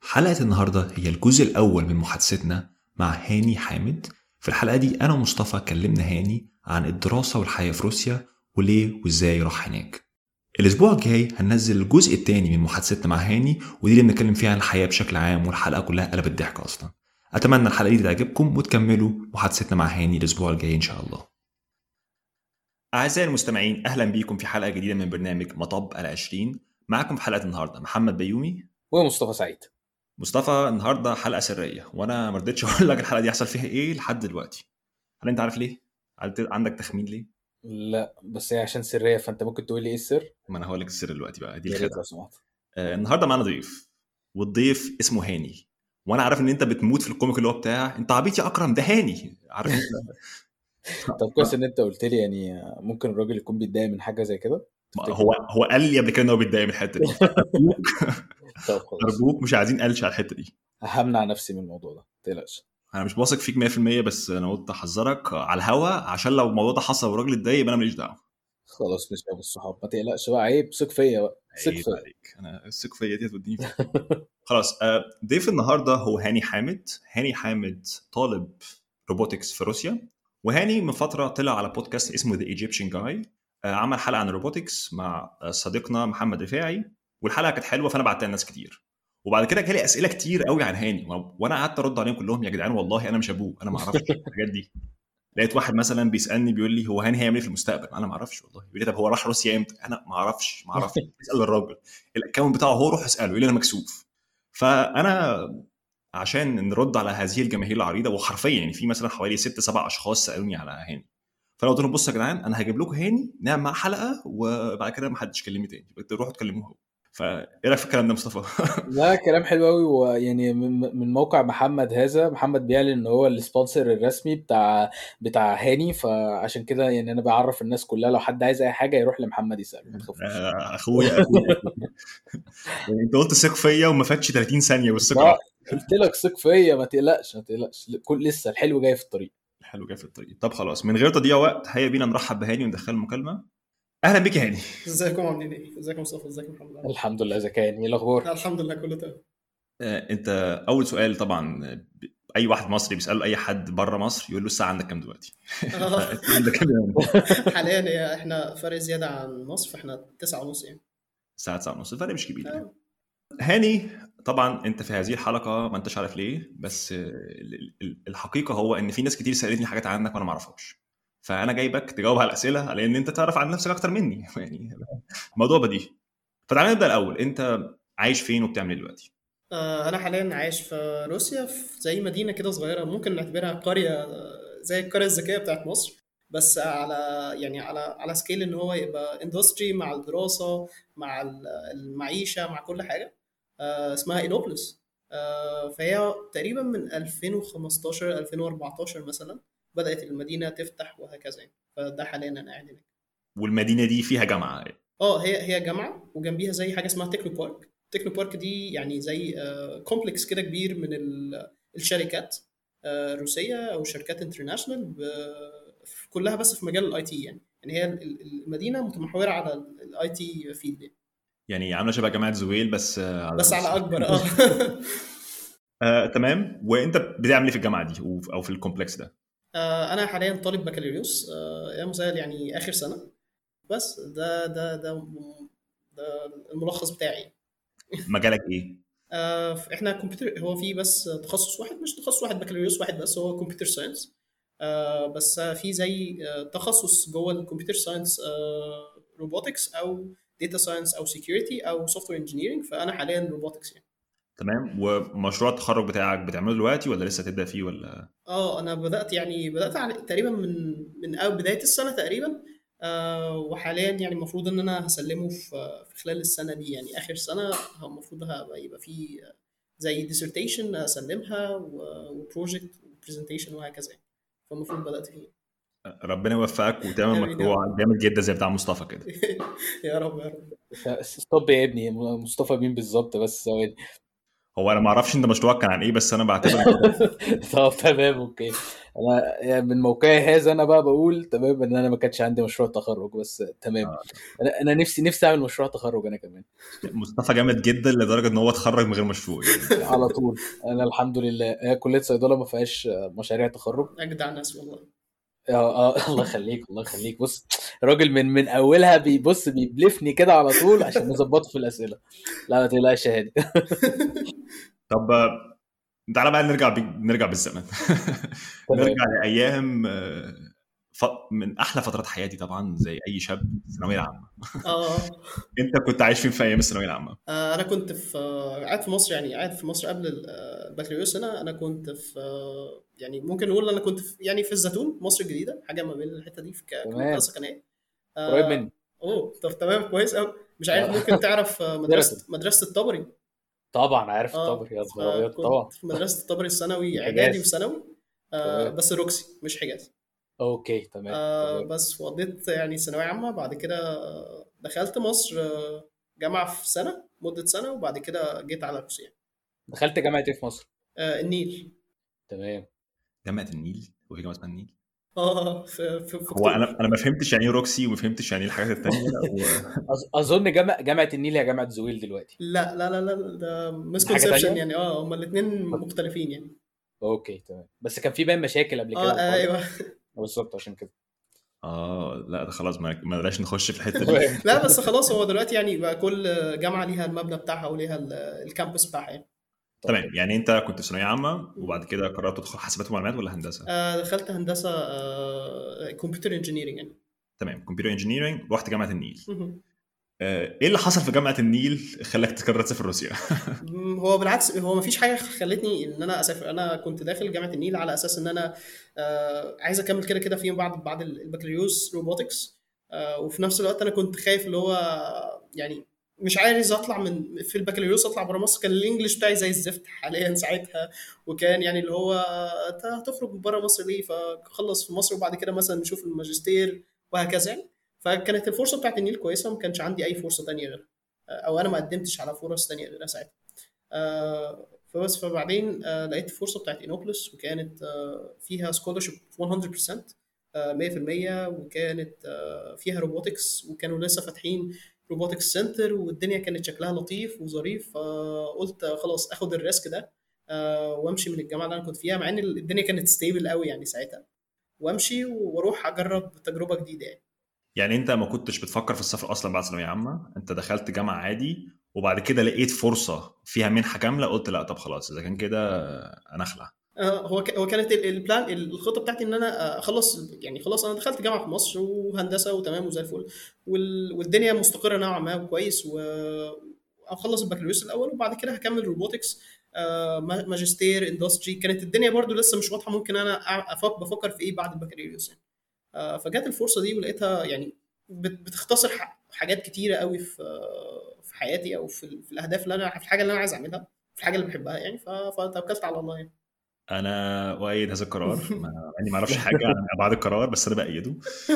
حلقة النهاردة هي الجزء الأول من محادثتنا مع هاني حامد. في الحلقة دي أنا ومصطفى كلمنا هاني عن الدراسة والحياة في روسيا وليه وإزاي راح هناك. الأسبوع الجاي هننزل الجزء الثاني من محادثتنا مع هاني، ودي اللي بنتكلم فيها عن الحياة بشكل عام، والحلقة كلها قلبت ضحك أصلا. أتمنى الحلقة دي تعجبكم وتكملوا محادثتنا مع هاني الأسبوع الجاي إن شاء الله. أعزائي المستمعين، أهلا بيكم في حلقة جديدة من برنامج مطب ال20. معكم في حلقة النهاردة محمد بيومي ومصطفى سعيد. مصطفى، النهارده حلقه سريه وانا ما رضيتش اقول لك الحلقه دي يحصل فيها ايه لحد دلوقتي. هل انت عارف ليه؟ عندك تخمين ليه؟ لا بس هي عشان سرية، فانت ممكن تقول لي ايه السر؟ ما انا هقول لك السر دلوقتي بقى، دي يا ريت الخدعه. لو سمحت. النهارده معانا ضيف، والضيف اسمه هاني. وانا عارف ان انت بتموت في الكوميك اللي هو بتاع انت عبيط يا اكرم، ده هاني، عارف انت. طب كويس ان انت قلت لي، يعني ممكن الراجل يكون بيتضايق من حاجة زي كده تفتكر؟ هو قال لي قبل كده ان هو بيتضايق من الحته دي. طب خلاص، ارجوك مش عايزين قلش على الحته دي. همنع نفسي من الموضوع ده، متقلقش. انا مش واثق فيك 100%، بس انا قلت احذرك على الهوا عشان لو الموضوع ده حصل والراجل اتضايق يبقى انا ماليش دعوه. خلاص مش ابو الصحاب، ما تقلقش بقى، عيب، ثق فيا بقى، ثق عيب فيا. عليك، انا الثقه فيا دي هتوديني فين؟ خلاص. ضيف النهارده هو هاني حامد. هاني حامد طالب روبوتكس في روسيا، وهاني من فتره طلع على بودكاست اسمه ذا ايجيبشن جاي. عمل حلقه عن الروبوتكس مع صديقنا محمد رفاعي، والحلقه كانت حلوه فانا بعتها لناس كتير. وبعد كده جالي اسئله كتير قوي عن هاني، وانا قعدت ارد عليهم كلهم يا جدعان والله انا مش ابوه، انا ما اعرفش الحاجات دي. لقيت واحد مثلا بيسالني بيقول لي هو هاني هيعمل ايه في المستقبل، انا ما اعرفش والله. بيقول لي طب هو راح روسيا امتى، انا ما اعرفش. اسال الراجل الاكونت بتاعه، هو روح اساله. يقول لي انا مكسوف. فانا عشان نرد على هذه الجماهير العريضه، وحرفيا يعني في مثلا حوالي 6 7 اشخاص سالوني على هاني، فانا قلت لهم بصوا يا جدعان انا هجيب لكم هاني نعمل معاه حلقه، وبعد كده ما حدش كلمني تاني، تروحوا تكلموه هو. فايه رايك في الكلام ده مصطفى؟ لا كلام حلو قوي، ويعني من موقع محمد هذا، محمد بيعلن ان هو السبونسر الرسمي بتاع هاني، فعشان كده يعني انا بعرف الناس كلها لو حد عايز اي حاجه يروح لمحمد يساله، ما تخافوش. اخويا. يعني انت قلت ثق فيا وما فاتش 30 ثانيه والثقه ما راحت. قلت لك ثق فيا، ما تقلقش ما تقلقش، لسه الحلو جاي في الطريق. حلو، جاي في الطريق. طب خلاص من غير تضييع وقت، هيا بينا نرحب بهاني وندخل المكالمه. اهلا بك يا هاني. ازيكم عاملين ايه؟ ازيكم مصطفى؟ ازيكم محمد عامل الحمد لله. زكاني ايه ايه؟ الاخبار؟ الحمد لله كله تمام. انت اول سؤال طبعا، اي واحد مصري بيساله اي حد بره مصر يقول له الساعه عندك كام دلوقتي؟ عندك كام يعني؟ حاليا احنا فرق زياده عن مصر، فاحنا 9:30 يعني. الساعه 9:30، الفرق مش كبير يعني. آه. هاني، طبعا انت في هذه الحلقه ما انتش عارف ليه، بس الحقيقه هو ان في ناس كتير سالتني حاجات عنك وانا ما اعرفهاش، فانا جايبك تجاوب على الاسئله على ان انت تعرف عن نفسك اكتر مني. يعني الموضوع بديهي. فتعالى نبدا الاول، انت عايش فين وبتعمل ايه دلوقتي؟ انا حاليا عايش في روسيا، في زي مدينه كده صغيره، ممكن نعتبرها قريه، زي القريه الذكيه بتاعت مصر، بس على يعني على سكيل ان هو يبقى اندستري مع الدراسه مع المعيشه مع كل حاجه. اسمها انوبلس. فهي تقريبا من 2015 2014 مثلا بدأت المدينة تفتح وهكذا يعني. فده حاليا انا قاعد هناك. والمدينه دي فيها جامعه؟ هي جامعة، وجنبيها زي حاجة اسمها تكنو بارك. تكنو بارك دي يعني زي كومبلكس كده كبير من الشركات الروسية او شركات انترناشونال، كلها بس في مجال الاي تي يعني هي المدينة متمحورة على الاي تي فيلد، يعني عامله شبه جامعه زويل بس بس على اكبر. تمام. وانت بتعمل ايه في الجامعه دي او في الكومبلكس ده؟ انا حاليا طالب بكالوريوس، يا مسهل يعني اخر سنه. بس ده الملخص بتاعي. مجالك ايه؟ احنا كمبيوتر، هو في بس تخصص واحد، مش تخصص واحد، بكالوريوس واحد بس، هو كمبيوتر ساينس. بس في زي تخصص جوه الكمبيوتر ساينس، روبوتكس او داتا ساينس او سكيورتي او سوفت وير انجينيرنج، فانا حاليا روبوتكس يعني. تمام. ومشروع التخرج بتاعك بتعمله دلوقتي ولا لسه تبدا فيه ولا؟ انا بدات تقريبا من أول بدايه السنه تقريبا. وحاليا يعني المفروض ان انا هسلمه في خلال السنه دي، يعني اخر سنه المفروض يبقى في زي dissertation اسلمها وبروجكت وبرزنتيشن وهكذا يعني. فالمفروض بدات فيه. ربنا يوفقك وتعمل امين يا مشروع رب. جامد جدا زي بتاع مصطفى كده. يا رب يا رب. ستوب يا ابني، مصطفى مين بالظبط؟ بس ثواني. هو انا ما اعرفش انت مشروعك كان عن ايه، بس انا بعتبر طب تمام اوكي. انا يعني من موقعي هذا انا بقى بقول تمام ان انا ما كانش عندي مشروع تخرج، بس تمام. انا نفسي اعمل مشروع تخرج انا كمان. مصطفى جامد جدا لدرجه ان هو اتخرج من غير مشروع يعني. على طول. انا الحمد لله هي كليه صيدله ما فيهاش مشاريع تخرج. اجدع ناس والله. الله يخليك الله يخليك. بص راجل من اولها بيبص بيبلفني كده على طول عشان نظبطه في الاسئله. لا ما تقلقش يا هادي. طب تعالى بقى نرجع بالزمن. نرجع لايام من احلى فترات حياتي طبعا زي اي شاب، الثانويه العامه. اه انت كنت عايش فين في ايام الثانويه العامه؟ انا كنت في قاعد في مصر، يعني قاعد في مصر قبل البكالوريوس هنا. انا كنت في يعني ممكن نقول انا كنت في يعني في الزيتون، مصر الجديده، حاجه ما بين الحته دي في كمنطقه تمام سكنيه. قريب مني. اوه طب تمام كويس قوي. مش عارف ممكن تعرف شيراتون. مدرسه الطبري. طبعا عارف اه الطبر يا نهار ابيض طبعا. فكنت في مدرسه الطبري الثانوي اعدادي حجاز. وثانوي. تمام بس روكسي مش حجاز. اوكي تمام تمام. بس وقضيت يعني ثانويه عامه، بعد كده دخلت مصر جامعه في سنه مده سنه، وبعد كده جيت على روسيا. دخلت جامعه ايه في مصر؟ النيل. تمام. جامعه النيل؟ وفي جامعه اسمها النيل؟ في هو انا اكتوبر. ما فهمتش يعني ايه روكسي، وما فهمتش يعني ايه الحاجات التانية اظن جامعه النيل هي جامعه زويل دلوقتي. لا لا لا لا، ده دي حاجه مسكونسبشن تانية. يعني. هما الاثنين مختلفين يعني. اوكي تمام. بس كان في باين مشاكل قبل كده والحوار ده. ايوه. بالظبط عشان كده. لا ده خلاص ما بلاش نخش في الحته دي. تمام لا بس خلاص، هو دلوقتي يعني بقى كل جامعه ليها المبنى بتاعها وليها الكامبس بتاعها يعني. تمام. يعني انت كنت في ثانويه عامه وبعد كده قررت تدخل حاسبات ومعلومات ولا هندسه؟ دخلت هندسه كمبيوتر انجينيرنج يعني. تمام، كمبيوتر انجينيرنج، رحت جامعه النيل. مهم. ايه اللي حصل في جامعه النيل خلاك تقرر تسافر روسيا؟ هو بالعكس، هو مفيش حاجه خلتني ان انا اسافر. انا كنت داخل جامعه النيل على اساس ان انا عايز اكمل كده كده فيما بعد البكالوريوس روبوتكس. وفي نفس الوقت انا كنت خايف اللي هو يعني مش عايز اطلع من في البكالوريوس اطلع بره مصر. كان الانجليش بتاعي زي الزفت حاليا ساعتها، وكان يعني اللي هو انت هتخرج بره مصر ليه؟ فخلص في مصر وبعد كده مثلا نشوف الماجستير وهكذا يعني. فكانت الفرصه بتاعت النيل كويسه، وما كانش عندي اي فرصه تانية غيرها، او انا ما قدمتش على فرص تانية غيرها ساعتها. فبعدين لقيت الفرصه بتاعت انوبلس، وكانت فيها سكولرشيب 100%، 100%. وكانت فيها روبوتكس، وكانوا لسه فاتحين روبوتكس سنتر، والدنيا كانت شكلها لطيف وظريف. فقلت خلاص اخد الريسك ده وامشي من الجامعه اللي انا كنت فيها، مع ان الدنيا كانت ستيبل قوي يعني ساعتها، وامشي واروح اجرب تجربه جديده يعني. يعني انت ما كنتش بتفكر في السفر اصلا بعد ثانويه عامه، انت دخلت جامعه عادي وبعد كده لقيت فرصه فيها منحه كامله، قلت لا طب خلاص اذا كان كده انا اخلع. هو كانت البلان، الخطه بتاعتي ان انا اخلص يعني. خلاص انا دخلت جامعه في مصر وهندسه وتمام وزي الفل، والدنيا مستقره نوعا ما وكويس، واخلص البكالوريوس الاول وبعد كده هكمل روبوتكس ماجستير اندستري. كانت الدنيا برضو لسه مش واضحه ممكن انا بفكر في ايه بعد البكالوريوس يعني. فجت الفرصه دي ولقيتها يعني بتختصر حاجات كتيره قوي في حياتي، او في الاهداف اللي انا، في الحاجه اللي انا عايز اعملها، في الحاجه اللي بحبها يعني. فتوكلت على الله يعني. انا اؤيد هذا القرار، يعني ما اعرفش حاجه عن ابعاد القرار بس انا بايده.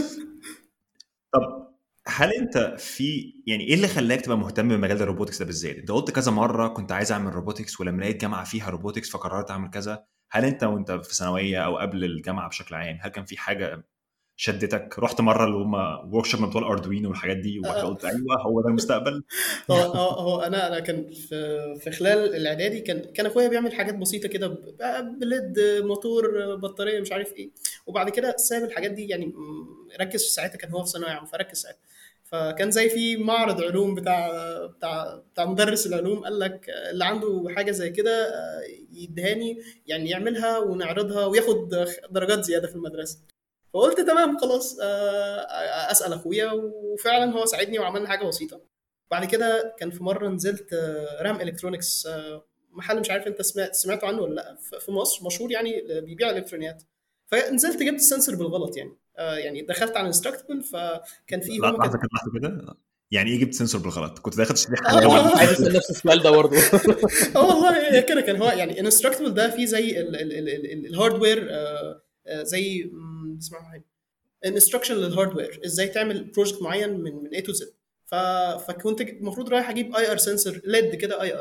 طب هل انت في يعني ايه اللي خلاك تبقى مهتم بمجال الروبوتكس ده بالذات؟ انت قلت كذا مره كنت عايز اعمل روبوتكس ولما لقيت جامعه فيها روبوتكس فقررت اعمل كذا. هل انت وانت في ثانويه او قبل الجامعه بشكل عام هل كان في حاجه شدتك؟ رحت مره اللي هم ورك شوب بتوع الاردوينو والحاجات دي وبعد كده قلت ايوه هو ده المستقبل؟ هو انا كان في خلال الاعدادي كان اخويا بيعمل حاجات بسيطه كده، بلد موتور بطاريه مش عارف ايه، وبعد كده ساب الحاجات دي يعني. ركز في ساعتها، كان هو في ثانويه عامه فركز ساعتها. فكان زي في معرض علوم بتاع مدرس العلوم، قال لك اللي عنده حاجه زي كده يدهاني يعني، يعملها ونعرضها وياخد درجات زياده في المدرسه. فقلت تمام خلاص اسال اخويا، وفعلا هو ساعدني وعملنا حاجه بسيطه. بعد كده كان في مره نزلت رام الكترونكس، محل مش عارف انت سمعته عنه ولا لا، في مصر مشهور يعني بيبيع الكترونيات. فنزلت جبت السنسور بالغلط يعني. يعني دخلت على انستراكتبل، فكان في هم لحظه كده يعني ايه جبت سنسور بالغلط؟ كنت داخل تشتري عايز اسال نفس السؤال ده برضه. والله كده كان هو يعني انستراكتبل ده فيه زي الهاردوير، زي اسمها انستراكشن للهاردوير، ازاي تعمل بروجكت معين من A to Z. فكنت المفروض رايح اجيب اي ار سنسور ليد كده اي ار.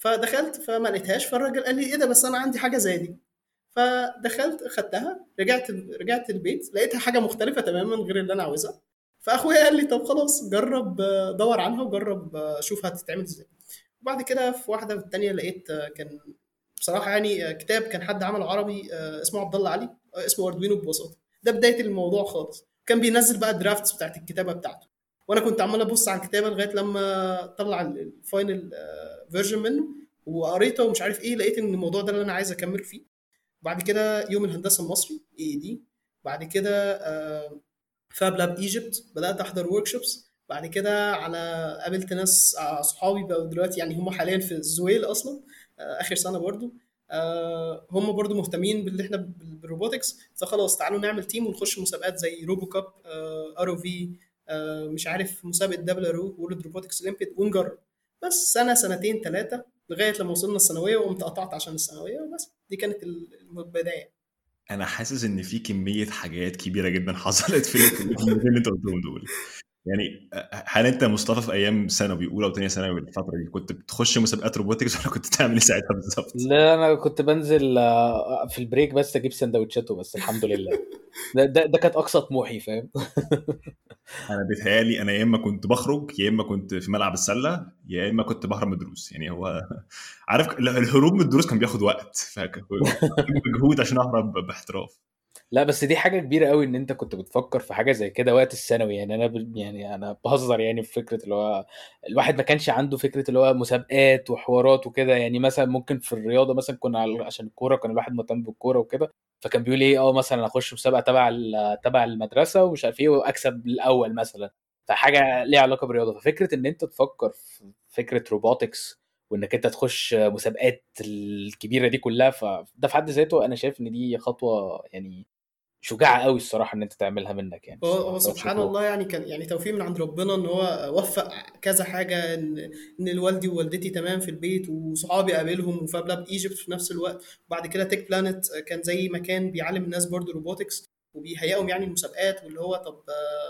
فدخلت فما لقيتهاش، فالراجل قال لي ايه ده، بس انا عندي حاجه زي دي. فدخلت خدتها، رجعت البيت لقيتها حاجه مختلفه تماما غير اللي انا عاوزها. فاخويا قال لي طب خلاص جرب، دور عنها وجرب، شوف هتتعمل ازاي. وبعد كده في واحده في الثانيه لقيت كان بصراحه يعني كتاب كان حد عمله عربي، اسمه عبد الله علي، اسمه اردوينو ببساطه. ده بدايه الموضوع خالص. كان بينزل بقى الدرافتس بتاعت الكتابه بتاعته، وانا كنت عمال ابص على الكتابه لغايه لما طلع الفاينل فيرجن منه، وقريته ومش عارف ايه، لقيت ان الموضوع ده اللي انا عايز اكمل فيه. بعد كده يوم الهندسه المصري اي دي. بعد كده فاب لاب ايجيبت، بدات احضر ورك شوبس. بعد كده قابلت ناس صحابي بقوا دلوقتي، يعني هم حاليا في الزويل اصلا، اخر سنه برضو. هم برضو مهتمين باللي احنا بالروبوتكس، فخلاص تعالوا نعمل تيم ونخش مسابقات زي روبو كاب، ار او في، مش عارف مسابقه دبليو رو وورلد روبوتكس اولمبياد، ونجرب. بس سنه سنتين ثلاثه لغايه لما وصلنا الثانويه، وقمت قطعت عشان الثانويه، وبس دي كانت البدايه. انا حاسس ان في كميه حاجات كبيره جدا حصلت في الكلمتين اللي انت قلتهم دول. يعني هل انت مصطفى في ايام ثانوي اولى وثانيه ثانوي الفتره دي كنت بتخش مسابقات روبوتكس ولا كنت بتعمل ايه ساعتها بالظبط؟ لا انا كنت بنزل في البريك بس اجيب سندوتشات وبس، الحمد لله. ده كانت اقصى طموحي، فاهم؟ انا بيتهيألي انا يا اما كنت بخرج يا اما كنت في ملعب السله يا اما كنت بهرب من الدروس. يعني هو عارف الهروب من الدروس كان بياخد وقت، فكان مجهود عشان اهرب باحتراف. لا بس دي حاجة كبيرة قوي ان انت كنت بتفكر في حاجة زي كده وقت الثانوي. يعني يعني انا بهزر يعني في فكرة اللي هو الواحد ما كانش عنده فكرة اللي هو مسابقات وحوارات وكده. يعني مثلا ممكن في الرياضة مثلا كنا عشان الكورة كان الواحد مهتم بالكورة وكده، فكان بيقول ايه مثلا اخش مسابقة تبع المدرسة ومش عارف ايه واكسب الاول مثلا، فحاجة ليها علاقة بالرياضة. ففكرة ان انت تفكر في فكرة روبوتكس وانك انت تخش مسابقات الكبيرة دي كلها، فده في حد ذاته انا شايف ان دي خطوة يعني شجاعة قوي الصراحة ان انت تعملها منك يعني هو الصراحة، سبحان فشابوه. الله، يعني كان يعني توفيق من عند ربنا ان هو وفق كذا حاجه، ان والدي ووالدتي تمام في البيت، وصحابي قابلهم، وفاب لاب ايجيبت في نفس الوقت. وبعد كده تك بلانت كان زي مكان بيعلم الناس برضو روبوتكس، وبيهيئهم يعني المسابقات، واللي هو طب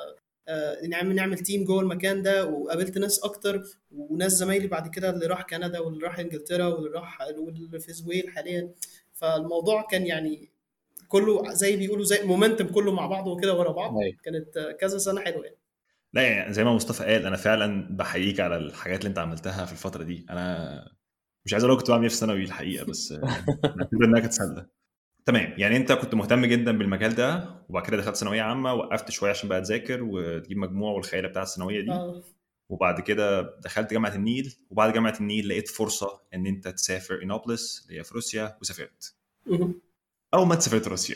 نعمل تيم جوه المكان ده. وقابلت ناس اكتر، وناس زمايلي بعد كده اللي راح كندا واللي راح انجلترا واللي في زويل حاليا. فالموضوع كان يعني كله زي بيقولوا زي مومنتم كله مع بعضه وكده ورا بعض. ايوه. كانت كذا سنه حلوه يعني. لا يعني زي ما مصطفى قال انا فعلا بحييك على الحاجات اللي انت عملتها في الفتره دي. انا مش عايز اقول لك كنت بعمل ايه في ثانوي الحقيقه، بس بعتبر انها كانت سله. تمام، يعني انت كنت مهتم جدا بالمجال ده وبعد كده دخلت ثانويه عامه، وقفت شويه عشان بقى تذاكر وتجيب مجموع والخيله بتاعه الثانويه دي. اه. وبعد كده دخلت جامعه النيل، وبعد جامعه النيل لقيت فرصه ان انت تسافر انابلس اللي هي في روسيا، وسافرت. مهم. اول ما سافرت روسيا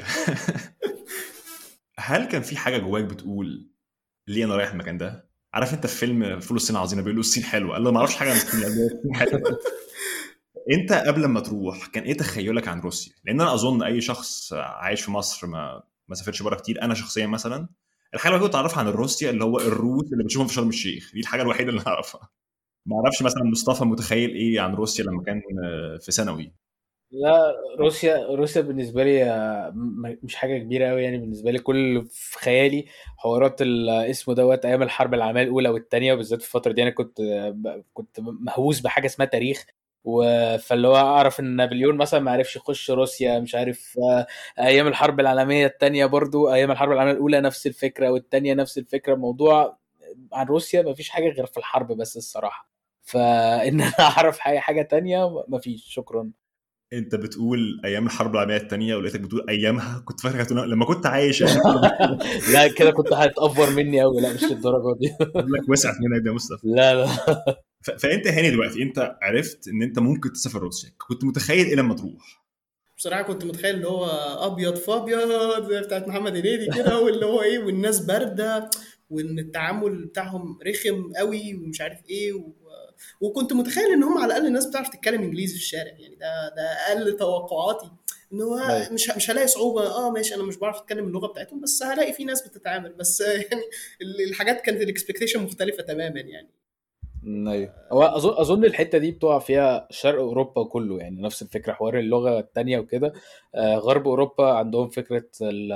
هل كان في حاجه جواك بتقول ليه انا رايح المكان ده؟ عارف انت في فيلم فول الصين العظيم بيقولوا الصين حلوه، قال له ما اعرفش حاجه عن الصين، قال له الصين حلوه. انت قبل ما تروح كان ايه تخيلك عن روسيا؟ لان انا اظن اي شخص عايش في مصر ما سافرش بره كتير. انا شخصيا مثلا الحاجه الوحيده اللي اعرفها عن روسيا اللي هو الروس اللي بتشوفهم في شرم الشيخ، دي الحاجه الوحيده اللي اعرفها. ما اعرفش مثلا مصطفى متخيل ايه عن روسيا لما كان في ثانوي. لا روسيا بالنسبة لي مش حاجة كبيرة قوي. يعني بالنسبة لي كل في خيالي حوارات اسمه دوت ايام الحرب العالمية الاولى والثانية، وبالذات في الفترة دي انا كنت مهووس بحاجة اسمها تاريخ. فاللي هو اعرف ان نابليون مثلا ما عرفش يخش روسيا، مش عارف ايام الحرب العالمية الثانية برضو، ايام الحرب العالمية الاولى نفس الفكرة والثانية نفس الفكرة. الموضوع عن روسيا ما فيش حاجة غير في الحرب بس الصراحة، فان انا اعرف حاجة تانية ما فيش. شكرا. انت بتقول ايام الحرب العالميه الثانيه ولقيتك بتقول ايامها، كنت فاكر هتقول لما كنت عايش ايام الحرب العالميه. لا كده كنت هتأفور مني قوي، لا مش للدرجه دي. بقول لك وسعت منك يا مصطفى. لا لا. فانت هاني دلوقتي انت عرفت ان انت ممكن تسافر روسيا، كنت متخيل ايه لما تروح؟ بصراحه كنت متخيل اللي هو ابيض في ابيض زي بتاعت محمد هنيدي كده، واللي هو ايه، والناس بارده، وان التعامل بتاعهم رخم قوي ومش عارف ايه وكنت متخيل ان هم على الاقل الناس بتعرف تتكلم انجليزي في الشارع. يعني ده اقل توقعاتي، ان هو ايوه مش هلاقي صعوبه. ماشي، انا مش بعرف اتكلم اللغه بتاعتهم، بس هلاقي في ناس بتتعامل. بس يعني الحاجات كانت الاكسبكتيشن مختلفه تماما يعني. ايوه. هو اظن الحته دي بتقع فيها شرق اوروبا كله، يعني نفس الفكره حوار اللغه التانية وكده. غرب اوروبا عندهم فكره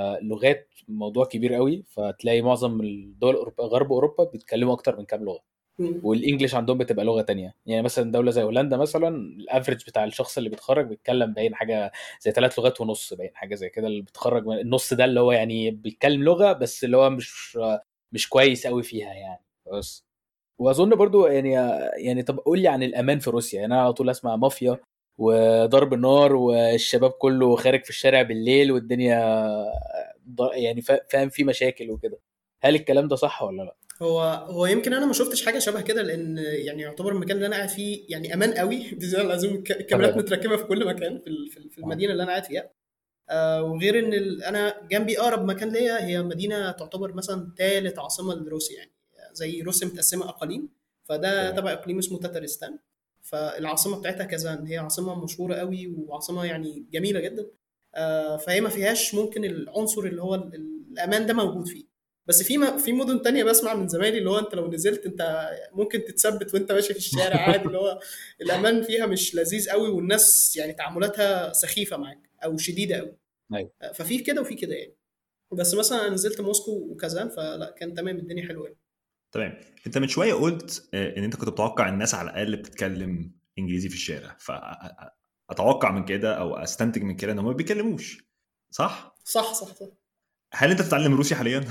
اللغات موضوع كبير قوي، فتلاقي معظم الدول غرب اوروبا بيتكلموا اكتر من كام لغه. والانجليش عندهم بتبقى لغه تانية. يعني مثلا دوله زي هولندا مثلا الافريج بتاع الشخص اللي بيتخرج بيتكلم باين حاجه زي 3 لغات ونص، باين حاجه زي كده. اللي بيتخرج النص ده اللي هو يعني بيتكلم لغه بس اللي هو مش كويس قوي فيها يعني. بس واظن برضو يعني طب قول لي عن الامان في روسيا. يعني انا على طول اسمع مافيا وضرب النار والشباب كله خارج في الشارع بالليل والدنيا يعني فاهم في مشاكل وكده. هل الكلام ده صح ولا لا؟ هو يمكن انا ما شفتش حاجه شبه كده، لان يعني يعتبر المكان اللي انا قاعد فيه يعني امان قوي بزياده العزوم. الكاميرات تمام. متركبه في كل مكان في المدينه اللي انا قاعد فيها. وغير ان انا جنبي اقرب مكان ليا هي مدينه تعتبر مثلا ثالث عاصمه لروسيا، يعني زي روسيا متقسمه اقاليم، فده تمام. تبع اقليم اسمه تتارستان. فالعاصمه بتاعتها كازان، هي عاصمه مشهوره قوي وعاصمه يعني جميله جدا. فهي ما فيهاش ممكن العنصر اللي هو الامان ده موجود فيه. بس في مدن تانية بسمع من زمايلي اللي هو انت لو نزلت انت ممكن تتثبت وانت ماشي في الشارع عادي، اللي هو الامان فيها مش لذيذ قوي، والناس يعني تعاملاتها سخيفه معاك او شديده قوي. ايوه. ففي كده وفي كده يعني. بس مثلا انا نزلت موسكو وكازان فلا كان تمام، الدنيا حلوه يعني. تمام. انت من شويه قلت ان انت كنت بتتوقع الناس على الاقل بتتكلم انجليزي في الشارع، فاتوقع من كده او استنتج من كده ان هم ما بيتكلموش، صح؟ صح صح صح. هل انت بتتعلم روسي حاليا؟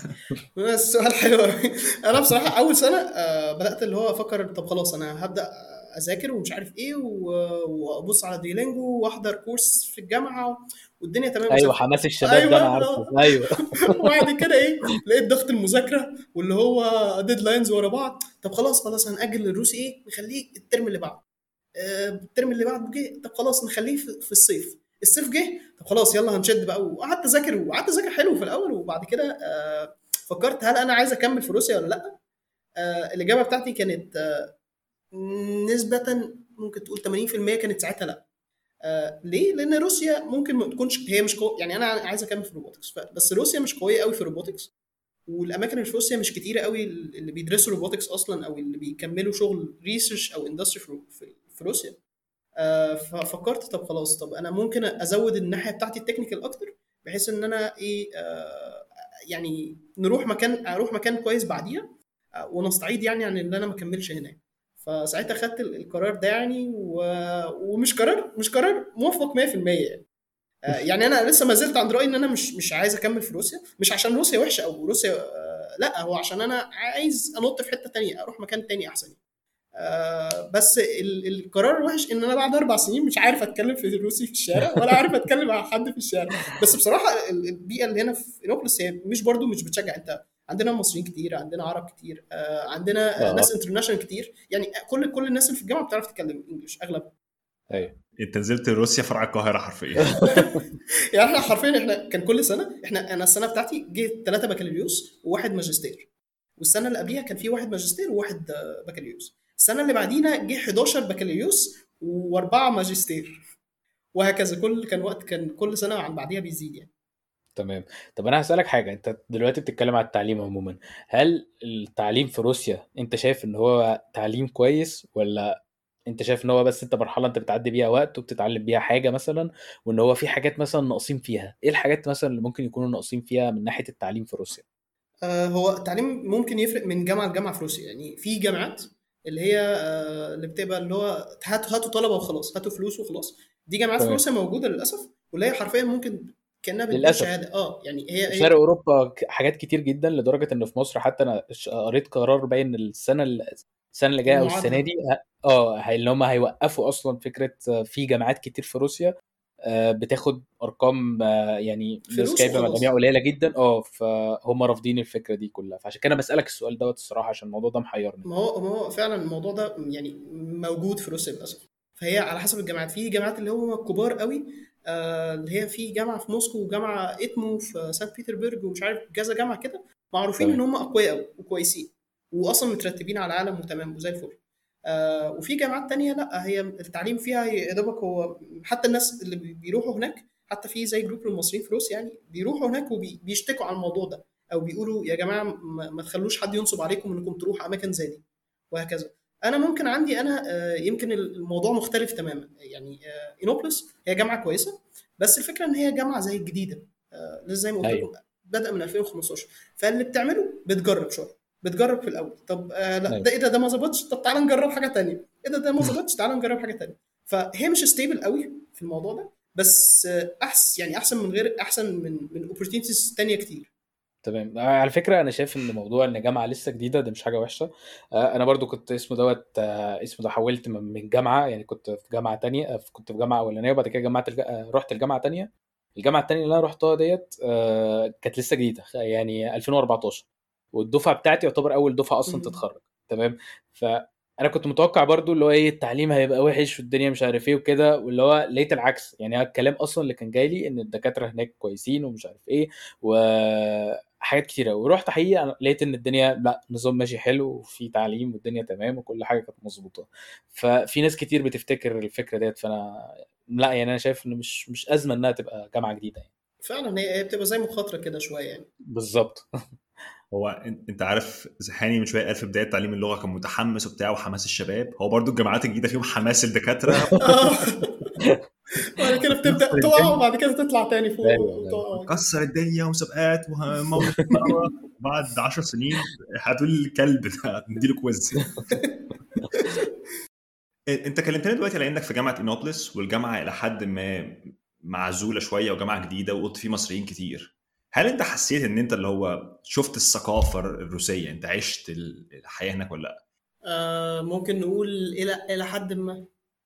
بس سؤال حلو قوي. انا بصراحه اول سنه بدات اللي هو افكر طب خلاص انا هبدا اذاكر ومش عارف ايه وابص على ديلينجو واحضر كورس في الجامعه والدنيا تمام وزي ايوه الفل. حماس الشباب ده ايوه انا عارفه. ايوه. وبعد كده ايه، لقيت ضغط المذاكره واللي هو ديدلاينز ورا بعض. طب خلاص هنأجل الروسي، ايه نخليه الترم اللي بعده. الترم اللي بعده جه، طب خلاص نخليه في الصيف. الصيف جه، طب خلاص يلا هنشد بقى. وقعدت اذاكر حلو في الاول، وبعد كده فكرت هل انا عايز اكمل في روسيا ولا لا. الاجابه بتاعتي كانت نسبه ممكن تقول 80% كانت ساعتها لا. ليه؟ لان روسيا ممكن ما تكونش هي مش يعني انا عايز اكمل في الروبوتكس بس روسيا مش قويه قوي في الروبوتكس، والاماكن اللي في روسيا مش كتيره قوي اللي بيدرسوا روبوتكس اصلا او اللي بيكملوا شغل ريسيرش او اندستري في روسيا. ففكرت طب خلاص، طب انا ممكن ازود الناحيه بتاعتي التكنيكال اكتر، بحيث ان انا ايه يعني اروح مكان كويس بعديها ونستعيد يعني عن ان انا ما اكملش هناك. فساعتها خدت القرار ده يعني ومش قرار موفق 100% يعني. يعني انا لسه ما زلت عند رايي ان انا مش عايز اكمل في روسيا، مش عشان روسيا وحشه او روسيا لا، هو عشان انا عايز انط في حته تانية، اروح مكان تاني احسن. بس القرار الوحش ان انا بعد 4 سنين مش عارف اتكلم في الروسي في الشارع ولا عارف اتكلم مع حد في الشارع. بس بصراحه البيئه اللي هنا في انوبلس هي مش برضو مش بتشجع. انت عندنا مصريين كتير، عندنا عرب كتير، عندنا اه. ناس انترناشونال كتير، يعني كل الناس اللي في الجامعه بتعرف تتكلم انجلش اغلب. ايوه. انت نزلت روسيا فرع القاهره حرفيا. يعني احنا حرفيا كان كل سنه انا السنه بتاعتي جه 3 بكالوريوس وواحد ماجستير، والسنه اللي قبليها كان في واحد ماجستير وواحد بكالوريوس. السنه اللي بعدينا جه 11 بكالوريوس واربعه ماجستير، وهكذا. كان كل سنه عن بعديها بيزيد يعني. تمام. طب انا هسألك حاجة، انت دلوقتي بتتكلم على التعليم عموما. هل التعليم في روسيا انت شايف ان هو تعليم كويس، ولا انت شايف ان هو بس انت مرحلة انت بتعدي بيها وقت وبتتعلم بيها حاجة مثلا، وان هو في حاجات مثلا ناقصين فيها؟ ايه الحاجات مثلا اللي ممكن يكونوا ناقصين فيها من ناحية التعليم في روسيا؟ هو التعليم ممكن يفرق من جامعه لجامعه في روسيا. يعني في جامعات اللي هي اللي بتبقى اللي هو هاتوا طلبه وخلاص، هاتوا فلوس وخلاص. دي جامعات في تمام. روسيا موجوده للاسف، واللي هي حرفيا ممكن كانها بتبيع للأسف. شهاده. يعني في هي شرق اوروبا حاجات كتير جدا، لدرجه ان في مصر حتى انا قريت قرار باين السنه اللي جايه او السنه المعادله دي اللي هم هيوقفوا اصلا فكره في جامعات كتير في روسيا بتاخد ارقام يعني ناس فلوس جايبه مجاميع وخلاص. قليله جدا. فهم رافضين الفكره دي كلها. فعشان كده بسالك السؤال دوت الصراحه، عشان الموضوع ده محيرني. ما هو فعلا الموضوع ده يعني موجود في روسيا للاسف. فهي على حسب الجامعات، في جامعات اللي هم كبار قوي، اللي هي في جامعه في موسكو وجامعه اتمو في سانت بيتربرج ومش عارف كذا جامعه كده، معروفين ان تمام. هم اقوياء قوي وكويسين واصلا مترتبين على العالم وتمام وزي الفل. وفي جامعات تانية لا، هي التعليم فيها يا دوبك هو حتى الناس اللي بيروحوا هناك، حتى في زي جروب المصريين في روسيا يعني بيروحوا هناك وبيشتكوا على الموضوع ده، او بيقولوا يا جماعه ما تخلوش حد ينصب عليكم انكم تروحوا اماكن زي دي وهكذا. انا ممكن عندي انا يمكن الموضوع مختلف تماما يعني. انوبلس هي جامعه كويسه، بس الفكره ان هي جامعه زي الجديده، لسه زي ما قلت ايوه. لكم بدأ من 2015. فاللي بتعمله بتجرب شويه، بتجرب في الاول. طب لا ده ايه ده ما ظبطش، طب تعالى نجرب حاجه تانية. ايه ده ما ظبطش، تعالى نجرب حاجه تانية. فهي مش ستيبل قوي في الموضوع ده، بس احسن يعني احسن من غير احسن من اوبورتونيتيز تانية كتير. تمام. على فكره انا شايف ان موضوع ان جامعه لسه جديده ده مش حاجه وحشه. انا برضو كنت اسمه ده حولت من جامعه، يعني كنت في جامعه تانية، كنت في جامعه اولانيه وبعد كده رحت الجامعه تانية. الجامعه التانية اللي انا رحتها ديت كانت لسه جديده يعني 2014، والدفعه بتاعتي يعتبر اول دفعه اصلا تتخرج. تمام. فانا كنت متوقع برضو اللي هو ايه التعليم هيبقى وحش والدنيا مش عارف ايه وكده، واللي هو لقيت العكس. يعني الكلام اصلا اللي كان جاي لي ان الدكاتره هناك كويسين ومش عارف ايه وحاجات كتيره. ورحت حقيقه أنا لقيت ان الدنيا لا، نظام ماشي حلو وفي تعليم والدنيا تمام وكل حاجه كانت مظبوطه. ففي ناس كتير بتفتكر الفكره ديت، فانا لا يعني انا شايف انه مش ازمه انها تبقى جامعه جديده يعني. فعلا هي بتبقى زي مخاطره كده شويه يعني. بالظبط. هو انت عارف هاني من شويه قال في بدايه تعليم اللغه كان متحمس وبتاع وحماس الشباب. هو برضو الجامعات الجديده فيهم حماس الدكاتره. بعد كده بتبدا تقع وبعد كده تطلع تاني فوق. كسر الدنيا ومسابقات وموت بعد 10 سنين هتقول الكلب ده نديله كويز. انت كلمتني دلوقتي على انك في جامعه انوبلس، والجامعه الى حد ما معزوله شويه وجامعه جديده وقلت فيه مصريين كتير. هل انت حسيت ان انت اللي هو شفت الثقافه الروسيه، انت عشت الحياه هناك ولا لا؟ ممكن نقول الى حد ما،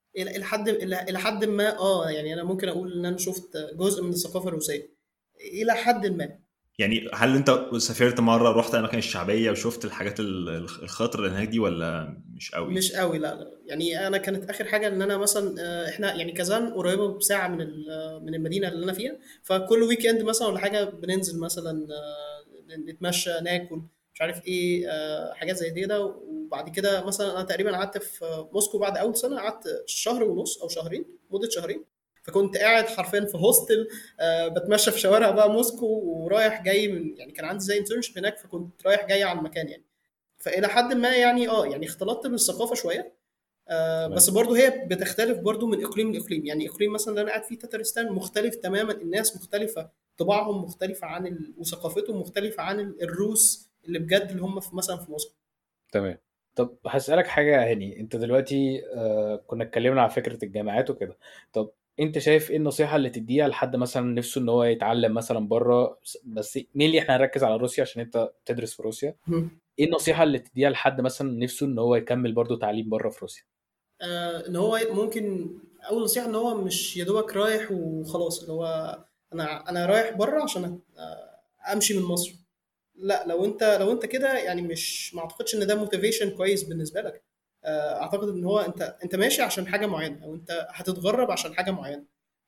الى حد ما. يعني انا ممكن اقول ان انا شفت جزء من الثقافه الروسيه الى حد ما. يعني هل انت سافرت مره رحت الاماكن الشعبيه وشفت الحاجات الخطر اللي هناك دي ولا مش قوي؟ مش قوي، لا. يعني انا كانت اخر حاجه ان انا مثلا احنا يعني كازان قريبه بساعه من المدينه اللي انا فيها. فكل ويك اند مثلا ولا حاجه بننزل مثلا نتمشى ناكل مش عارف ايه حاجات زي كده. وبعد كده مثلا انا تقريبا قعدت في موسكو بعد اول سنه، قعدت شهر ونص او شهرين، مده شهرين. فكنت قاعد حرفيا في هوستل بتمشى في شوارع بقى موسكو ورايح جاي من، يعني كان عندي زي انترنشيب هناك، فكنت رايح جاي على المكان يعني. فالى حد ما يعني يعني اختلطت بالثقافه شويه. بس برضو هي بتختلف برضو من اقليم لاقليم. يعني اقليم مثلا اللي انا قاعد فيه تتارستان مختلف تماما، الناس مختلفه، طباعهم مختلفه عن وثقافتهم مختلفه عن الروس اللي بجد اللي هم في مثلا في موسكو. تمام. طب هسألك حاجة يا هاني، انت دلوقتي كنا اتكلمنا على فكرة الجامعات وكده. طب انت شايف ايه النصيحة اللي تديها لحد مثلا نفسه ان هو يتعلم مثلا بره، بس مين احنا هنركز على روسيا عشان انت بتدرس في روسيا. ايه النصيحة اللي تديها لحد مثلا نفسه ان هو يكمل برضو تعليم بره في روسيا؟ ان هو ممكن اول نصيحه ان هو مش يا دوبك رايح وخلاص، اللي هو انا رايح بره عشان امشي من مصر. لا، لو انت كده يعني مش ما اعتقدش ان ده موتيفيشن كويس بالنسبه لك. اعتقد ان هو انت ماشي عشان حاجه معينه، او انت هتتغرب عشان حاجه معينه.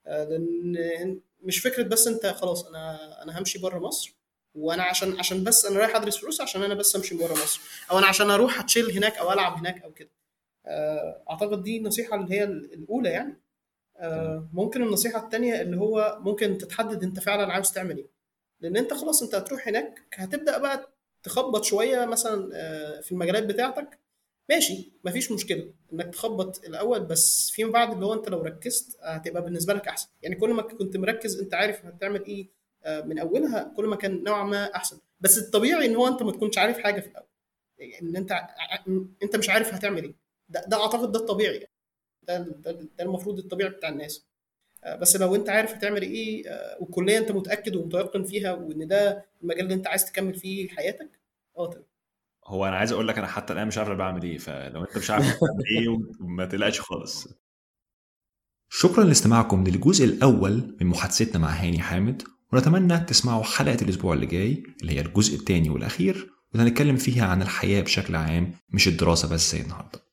لان مش فكره بس انت خلاص انا همشي بره مصر، وانا عشان بس انا رايح ادرس فلوس عشان انا بس امشي بره مصر، او انا عشان اروح اتشيل هناك او العب هناك او كده. اعتقد دي النصيحه اللي هي الاولى يعني. ممكن النصيحه الثانيه اللي هو ممكن تتحدد انت فعلا عاوز تعمل ايه. لان انت خلاص انت هتروح هناك هتبدا بقى تخبط شويه مثلا في المجالات بتاعتك. ماشي، مفيش مشكله انك تخبط الاول، بس فيما بعد اللي هو انت لو ركزت هتبقى بالنسبه لك احسن. يعني كل ما كنت مركز انت عارف هتعمل ايه من اولها، كل ما كان نوعا ما احسن. بس الطبيعي ان هو انت ما تكونش عارف حاجه في الاول، ان انت مش عارف هتعمل ايه. ده اعتقد ده الطبيعي يعني. ده المفروض الطبيعي بتاع الناس. بس لو انت عارف هتعمل ايه والكليه انت متاكد ومتيقن فيها وان ده المجال اللي انت عايز تكمل فيه حياتك، تمام. هو انا عايز اقول لك انا حتى الان مش عارف انا بعمل ايه، فلو انت مش عارف تعمل ايه ما تقلقش خالص. شكرا لاستماعكم للجزء الاول من محادثتنا مع هاني حامد، ونتمنى تسمعوا حلقه الاسبوع اللي جاي اللي هي الجزء الثاني والاخير، وهنتكلم فيها عن الحياه بشكل عام مش الدراسه بس زي النهارده.